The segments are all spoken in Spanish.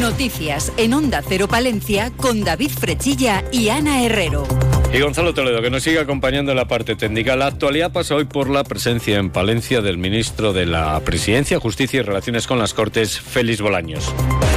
Noticias en Onda Cero Palencia con David Frechilla y Ana Herrero. Y Gonzalo Toledo, que nos sigue acompañando en la parte técnica. La actualidad pasa hoy por la presencia en Palencia del ministro de la Presidencia, Justicia y Relaciones con las Cortes, Félix Bolaños.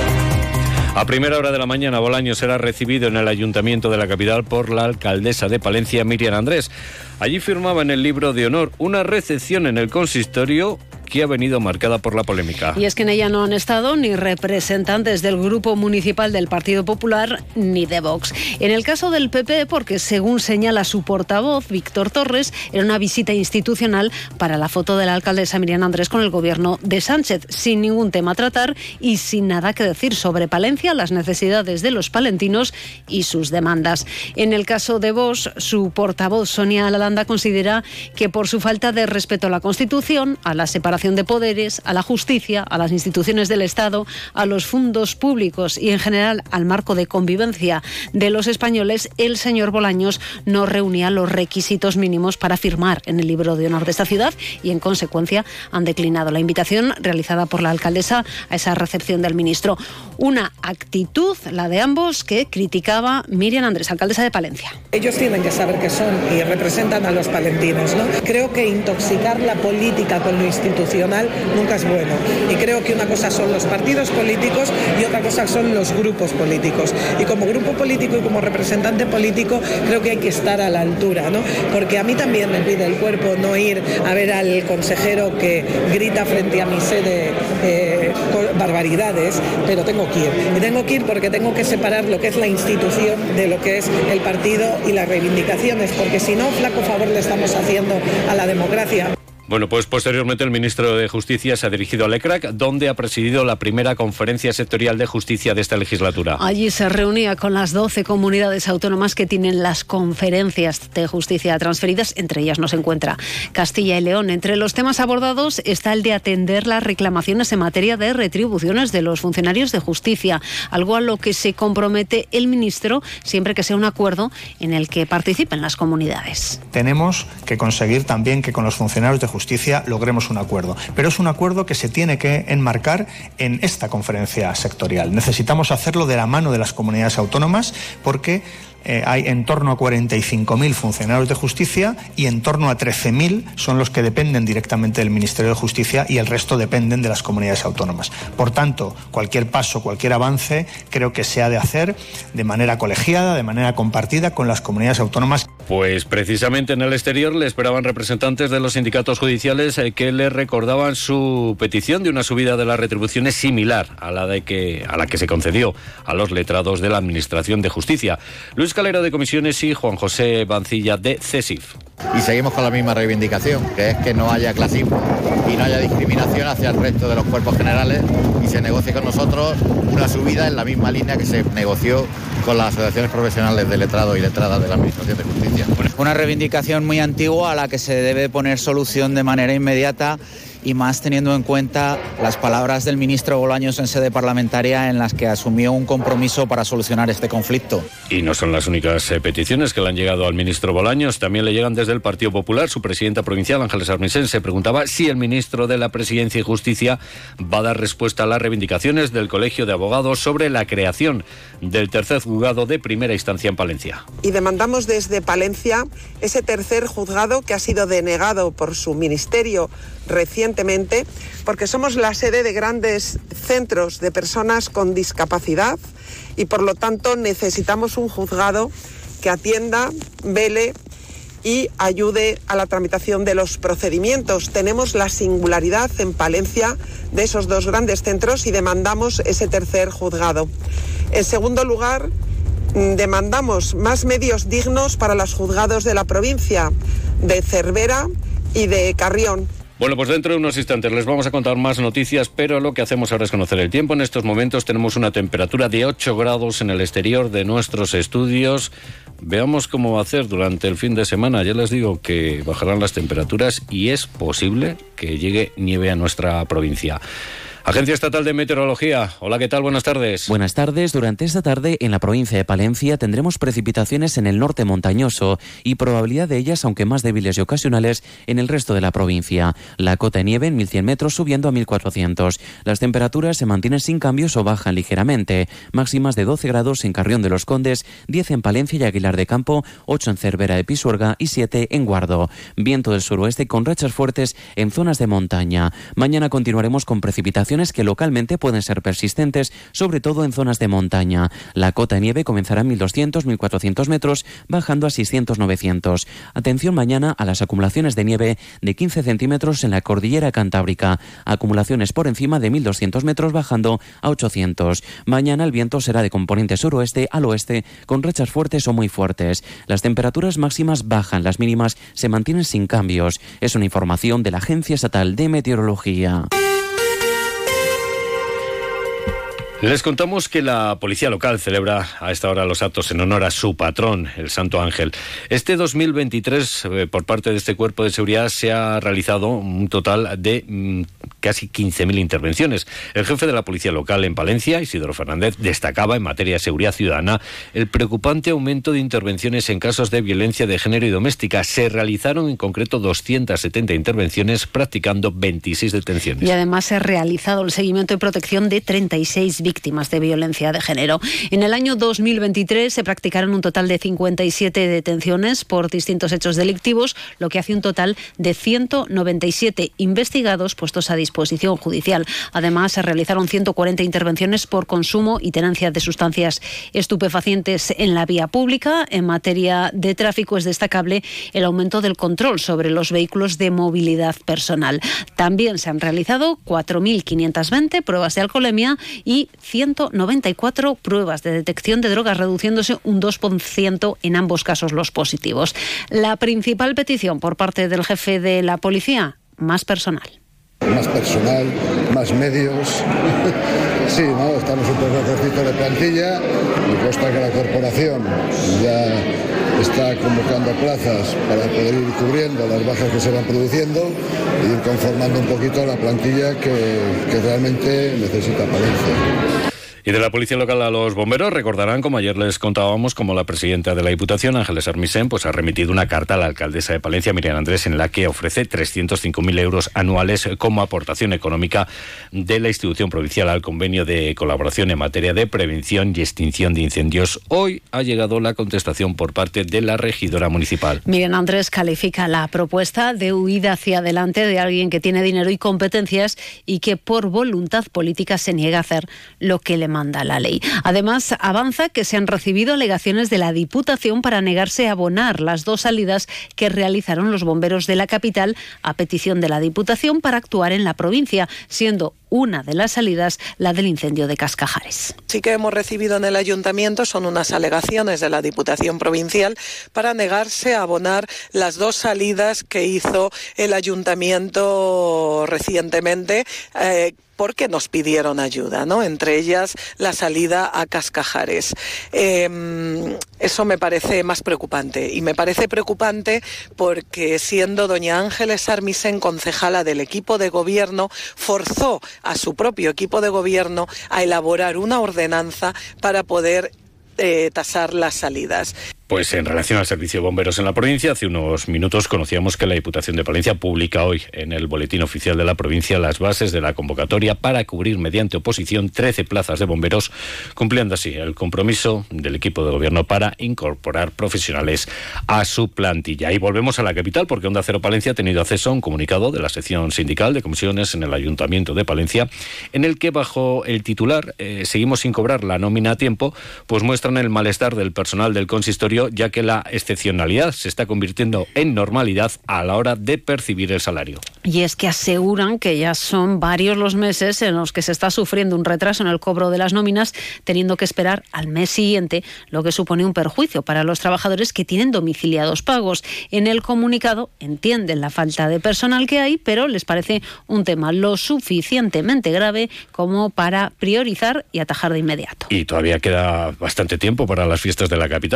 A primera hora de la mañana, Bolaños será recibido en el Ayuntamiento de la capital por la alcaldesa de Palencia, Miriam Andrés. Allí firmaba en el libro de honor una recepción en el consistorio que ha venido marcada por la polémica. Y es que en ella no han estado ni representantes del Grupo Municipal del Partido Popular ni de Vox. En el caso del PP, porque según señala su portavoz, Víctor Torres, era una visita institucional para la foto de la alcaldesa Miriam Andrés con el gobierno de Sánchez, sin ningún tema a tratar y sin nada que decir sobre Palencia, las necesidades de los palentinos y sus demandas. En el caso de Vox, su portavoz Sonia Lalanda considera que por su falta de respeto a la Constitución, a la separación de poderes, a la justicia, a las instituciones del Estado, a los fondos públicos y en general al marco de convivencia de los españoles, el señor Bolaños no reunía los requisitos mínimos para firmar en el libro de honor de esta ciudad y en consecuencia han declinado la invitación realizada por la alcaldesa a esa recepción del ministro. Una actitud, la de ambos, que criticaba Miriam Andrés, alcaldesa de Palencia. Ellos tienen que saber que son y representan a los palentinos, ¿no? Creo que intoxicar la política con lo institucional nunca es bueno. Y creo que una cosa son los partidos políticos y otra cosa son los grupos políticos. Y como grupo político y como representante político creo que hay que estar a la altura, ¿no? Porque a mí también me pide el cuerpo no ir a ver al consejero que grita frente a mi sede barbaridades, pero tengo que ir. Y tengo que ir porque tengo que separar lo que es la institución de lo que es el partido y las reivindicaciones, porque si no, flaco favor le estamos haciendo a la democracia. Bueno, pues posteriormente el ministro de Justicia se ha dirigido a Lecrac, donde ha presidido la primera conferencia sectorial de justicia de esta legislatura. Allí se reunía con las 12 comunidades autónomas que tienen las conferencias de justicia transferidas. Entre ellas nos encuentra Castilla y León. Entre los temas abordados está el de atender las reclamaciones en materia de retribuciones de los funcionarios de justicia, algo a lo que se compromete el ministro siempre que sea un acuerdo en el que participen las comunidades. Tenemos que conseguir también que con los funcionarios de justicia logremos un acuerdo, pero es un acuerdo que se tiene que enmarcar en esta conferencia sectorial. Necesitamos hacerlo de la mano de las comunidades autónomas porque hay en torno a 45.000 funcionarios de justicia y en torno a 13.000 son los que dependen directamente del Ministerio de Justicia y el resto dependen de las comunidades autónomas. Por tanto, cualquier paso, cualquier avance, creo que se ha de hacer de manera colegiada, de manera compartida con las comunidades autónomas. Pues precisamente en el exterior le esperaban representantes de los sindicatos judiciales que le recordaban su petición de una subida de las retribuciones similar a la que se concedió a los letrados de la Administración de Justicia. Luis Calero de Comisiones y Juan José Bancilla de CESIF. Y seguimos con la misma reivindicación, que es que no haya clasismo y no haya discriminación hacia el resto de los cuerpos generales y se negocie con nosotros una subida en la misma línea que se negoció con las asociaciones profesionales de letrados y letradas de la Administración de Justicia. Una reivindicación muy antigua a la que se debe poner solución de manera inmediata y más teniendo en cuenta las palabras del ministro Bolaños en sede parlamentaria en las que asumió un compromiso para solucionar este conflicto. Y no son las únicas peticiones que le han llegado al ministro Bolaños, también le llegan desde el Partido Popular. Su presidenta provincial, Ángeles Armisen, se preguntaba si el ministro de la Presidencia y Justicia va a dar respuesta a las reivindicaciones del Colegio de Abogados sobre la creación del tercer juzgado de primera instancia en Palencia. Y demandamos desde Palencia ese tercer juzgado que ha sido denegado por su ministerio recientemente, porque somos la sede de grandes centros de personas con discapacidad y por lo tanto necesitamos un juzgado que atienda, vele y ayude a la tramitación de los procedimientos. Tenemos la singularidad en Palencia de esos dos grandes centros y demandamos ese tercer juzgado. En segundo lugar, demandamos más medios dignos para los juzgados de la provincia de Cervera y de Carrión. Bueno, pues dentro de unos instantes les vamos a contar más noticias, pero lo que hacemos ahora es conocer el tiempo. En estos momentos tenemos una temperatura de 8 grados en el exterior de nuestros estudios. Veamos cómo va a hacer durante el fin de semana. Ya les digo que bajarán las temperaturas y es posible que llegue nieve a nuestra provincia. Agencia Estatal de Meteorología. Hola, ¿qué tal? Buenas tardes. Buenas tardes. Durante esta tarde en la provincia de Palencia tendremos precipitaciones en el norte montañoso y probabilidad de ellas, aunque más débiles y ocasionales, en el resto de la provincia. La cota de nieve en 1100 metros subiendo a 1400. Las temperaturas se mantienen sin cambios o bajan ligeramente. Máximas de 12 grados en Carrión de los Condes, 10 en Palencia y Aguilar de Campo, 8 en Cervera de Pisuerga y 7 en Guardo. Viento del suroeste con rachas fuertes en zonas de montaña. Mañana continuaremos con precipitaciones que localmente pueden ser persistentes, sobre todo en zonas de montaña. La cota de nieve comenzará en 1200-1400 metros, bajando a 600-900. Atención mañana a las acumulaciones de nieve de 15 centímetros en la cordillera cantábrica. Acumulaciones por encima de 1200 metros, bajando a 800. Mañana el viento será de componente suroeste al oeste, con rachas fuertes o muy fuertes. Las temperaturas máximas bajan, las mínimas se mantienen sin cambios. Es una información de la Agencia Estatal de Meteorología. Les contamos que la policía local celebra a esta hora los actos en honor a su patrón, el Santo Ángel. Este 2023, por parte de este cuerpo de seguridad, se ha realizado un total de casi 15.000 intervenciones. El jefe de la policía local en Palencia, Isidoro Fernández, destacaba en materia de seguridad ciudadana el preocupante aumento de intervenciones en casos de violencia de género y doméstica. Se realizaron en concreto 270 intervenciones, practicando 26 detenciones. Y además se ha realizado el seguimiento y protección de 36 víctimas de violencia de género. En el año 2023 se practicaron un total de 57 detenciones por distintos hechos delictivos, lo que hace un total de 197 investigados puestos a disposición judicial. Además, se realizaron 140 intervenciones por consumo y tenencia de sustancias estupefacientes en la vía pública. En materia de tráfico es destacable el aumento del control sobre los vehículos de movilidad personal. También se han realizado 4.520 pruebas de alcoholemia y 194 pruebas de detección de drogas, reduciéndose un 2% en ambos casos los positivos. La principal petición por parte del jefe de la policía: más personal. Más personal, más medios. Sí, ¿no? Estamos un poco cortitos de plantilla. Me consta que la corporación ya está convocando plazas para poder ir cubriendo las bajas que se van produciendo y ir conformando un poquito la plantilla que realmente necesita Palencia. Y de la policía local a los bomberos, recordarán, como ayer les contábamos, como la presidenta de la Diputación, Ángeles Armisen, pues ha remitido una carta a la alcaldesa de Palencia, Miriam Andrés, en la que ofrece 305.000 euros anuales como aportación económica de la institución provincial al convenio de colaboración en materia de prevención y extinción de incendios. Hoy ha llegado la contestación por parte de la regidora municipal. Miriam Andrés califica la propuesta de huida hacia adelante de alguien que tiene dinero y competencias y que por voluntad política se niega a hacer lo que le manda la ley. Además, avanza que se han recibido alegaciones de la Diputación para negarse a abonar las 2 salidas que realizaron los bomberos de la capital a petición de la Diputación para actuar en la provincia, siendo una de las salidas la del incendio de Cascajares. Sí que hemos recibido en el ayuntamiento son unas alegaciones de la Diputación Provincial para negarse a abonar las 2 salidas que hizo el ayuntamiento recientemente, porque nos pidieron ayuda, ¿no? Entre ellas la salida a Cascajares. Eso me parece más preocupante, y me parece preocupante porque, siendo doña Ángeles Armisen concejala del equipo de gobierno, forzó a su propio equipo de gobierno a elaborar una ordenanza para poder tasar las salidas. Pues en relación al servicio de bomberos en la provincia, hace unos minutos conocíamos que la Diputación de Palencia publica hoy en el Boletín Oficial de la provincia las bases de la convocatoria para cubrir mediante oposición 13 plazas de bomberos, cumpliendo así el compromiso del equipo de gobierno para incorporar profesionales a su plantilla. Y volvemos a la capital, porque Onda Cero Palencia ha tenido acceso a un comunicado de la sección sindical de comisiones en el Ayuntamiento de Palencia, en el que, bajo el titular seguimos sin cobrar la nómina a tiempo, pues muestran el malestar del personal del consistorio, ya que la excepcionalidad se está convirtiendo en normalidad a la hora de percibir el salario. Y es que aseguran que ya son varios los meses en los que se está sufriendo un retraso en el cobro de las nóminas, teniendo que esperar al mes siguiente, lo que supone un perjuicio para los trabajadores que tienen domiciliados pagos. En el comunicado entienden la falta de personal que hay, pero les parece un tema lo suficientemente grave como para priorizar y atajar de inmediato. Y todavía queda bastante tiempo para las fiestas de la capital, pero ya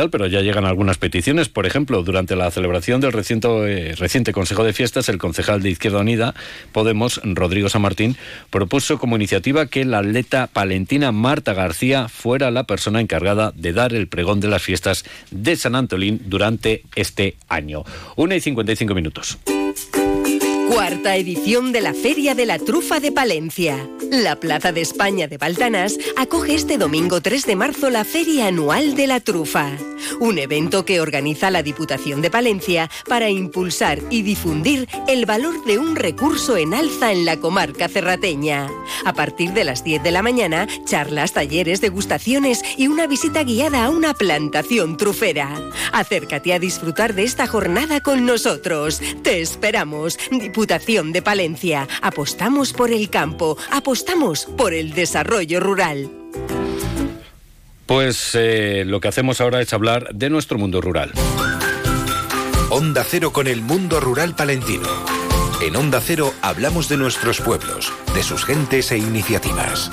llegan algunas peticiones. Por ejemplo, durante la celebración del reciente Consejo de Fiestas, el concejal de Izquierda Unida, Podemos, Rodrigo San Martín, propuso como iniciativa que la atleta palentina Marta García fuera la persona encargada de dar el pregón de las fiestas de San Antolín durante este año. 1:55. Cuarta edición de la Feria de la Trufa de Palencia. La Plaza de España de Baltanás acoge este domingo 3 de marzo la Feria Anual de la Trufa, un evento que organiza la Diputación de Palencia para impulsar y difundir el valor de un recurso en alza en la comarca cerrateña. A partir de las 10 de la mañana, charlas, talleres, degustaciones y una visita guiada a una plantación trufera. Acércate a disfrutar de esta jornada con nosotros. Te esperamos. Diputación de Palencia. Apostamos por el campo. Apostamos por el desarrollo rural. Pues lo que hacemos ahora es hablar de nuestro mundo rural. Onda Cero con el mundo rural palentino. En Onda Cero hablamos de nuestros pueblos, de sus gentes e iniciativas.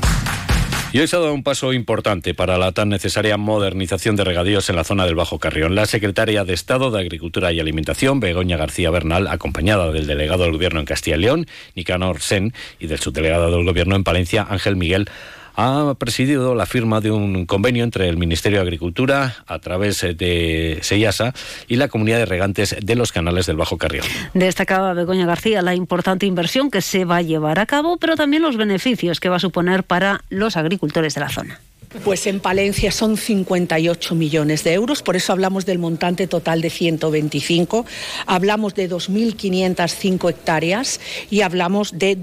Y hoy se ha dado un paso importante para la tan necesaria modernización de regadíos en la zona del Bajo Carrión. La secretaria de Estado de Agricultura y Alimentación, Begoña García Bernal, acompañada del delegado del Gobierno en Castilla y León, Nicanor Sen, y del subdelegado del Gobierno en Palencia, Ángel Miguel, ha presidido la firma de un convenio entre el Ministerio de Agricultura, a través de SEIASA, y la Comunidad de Regantes de los Canales del Bajo Carrión. Destacaba Begoña García la importante inversión que se va a llevar a cabo, pero también los beneficios que va a suponer para los agricultores de la zona. Pues en Palencia son 58 millones de euros, por eso hablamos del montante total de 125, hablamos de 2.505 hectáreas y hablamos de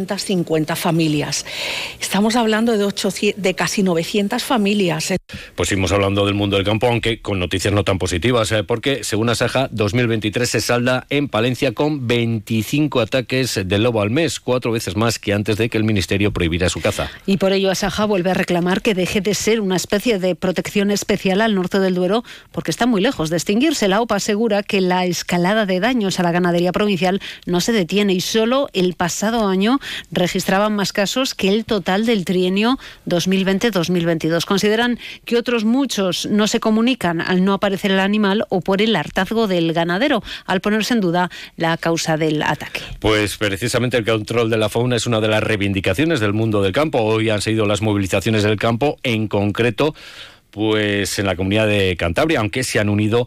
250 familias. Estamos hablando de casi 900 familias. Pues seguimos hablando del mundo del campo, aunque con noticias no tan positivas, porque según Asaja, 2023 se salda en Palencia con 25 ataques de lobo al mes, 4 veces más que antes de que el Ministerio prohibiera su caza. Y por ello Asaja vuelve a reclamar que deje de ser una especie de protección especial al norte del Duero, porque está muy lejos de extinguirse. La OPA asegura que la escalada de daños a la ganadería provincial no se detiene y solo el pasado año registraban más casos que el total del trienio 2020-2022. Consideran que otros muchos no se comunican al no aparecer el animal o por el hartazgo del ganadero, al ponerse en duda la causa del ataque. Pues precisamente el control de la fauna es una de las reivindicaciones del mundo del campo. Hoy han sido las movilizaciones del campo, en concreto pues en la Comunidad de Cantabria, aunque se han unido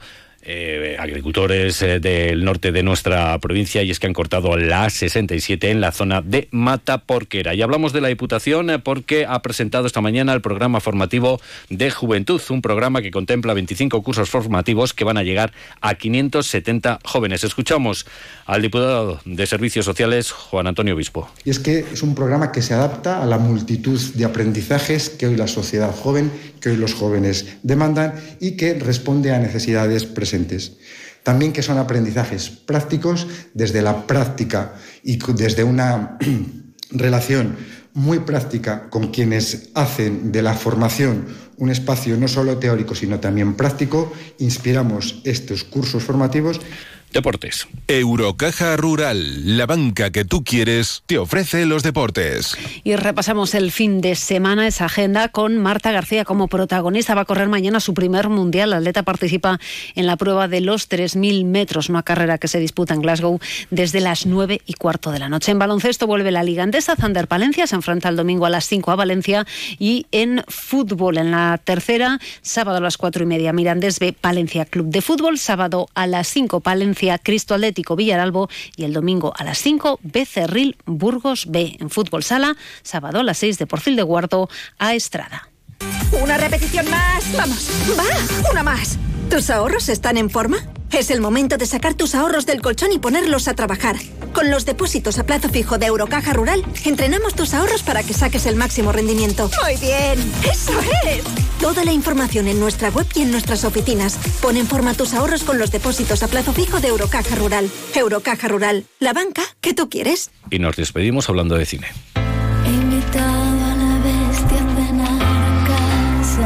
agricultores del norte de nuestra provincia, y es que han cortado la A67 en la zona de Mataporquera. Y hablamos de la Diputación porque ha presentado esta mañana el programa formativo de Juventud, un programa que contempla 25 cursos formativos que van a llegar a 570 jóvenes. Escuchamos al diputado de Servicios Sociales, Juan Antonio Obispo. Y es que es un programa que se adapta a la multitud de aprendizajes que hoy la sociedad joven, que hoy los jóvenes demandan y que responde a necesidades presentes. También que son aprendizajes prácticos desde la práctica y desde una relación muy práctica con quienes hacen de la formación un espacio no solo teórico sino también práctico. Inspiramos estos cursos formativos. Deportes. Eurocaja Rural, la banca que tú quieres, te ofrece los deportes. Y repasamos el fin de semana, esa agenda, con Marta García como protagonista. Va a correr mañana su primer mundial. La atleta participa en la prueba de los 3.000 metros, una carrera que se disputa en Glasgow desde las 9:15 de la noche. En baloncesto vuelve la Liga Endesa. Zander Palencia se enfrenta el domingo a las 5 a Valencia. Y en fútbol, en la tercera, sábado a las 4:30, Mirandés B, Palencia Club de Fútbol. Sábado a las 5, Palencia Cristo Atlético Villaralbo, y el domingo a las 5, Becerril Burgos B. En fútbol sala, sábado a las 6, de Porcil de Guardo a Estrada. Una repetición más. Vamos, va, una más. ¿Tus ahorros están en forma? Es el momento de sacar tus ahorros del colchón y ponerlos a trabajar. Con los depósitos a plazo fijo de Eurocaja Rural, entrenamos tus ahorros para que saques el máximo rendimiento. ¡Muy bien! ¡Eso es! Toda la información en nuestra web y en nuestras oficinas. Pon en forma tus ahorros con los depósitos a plazo fijo de Eurocaja Rural. Eurocaja Rural, la banca que tú quieres. Y nos despedimos hablando de cine. He invitado a la bestia a cenar a casa.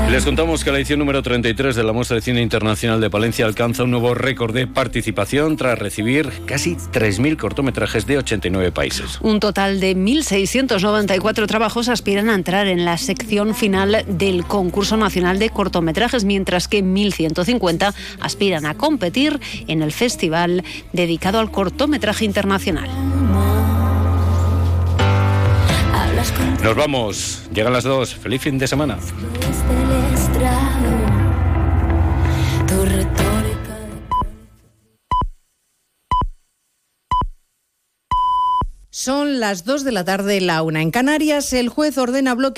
Les contamos que la edición número 33 de la Muestra de Cine Internacional de Palencia alcanza un nuevo récord de participación tras recibir casi 3.000 cortometrajes de 89 países. Un total de 1.694 trabajos aspiran a entrar en la sección final del Concurso Nacional de Cortometrajes, mientras que 1.150 aspiran a competir en el festival dedicado al cortometraje internacional. Nos vamos, llegan las 2. Feliz fin de semana. Son las 2 de la tarde, la 1 en Canarias. El juez ordena bloquear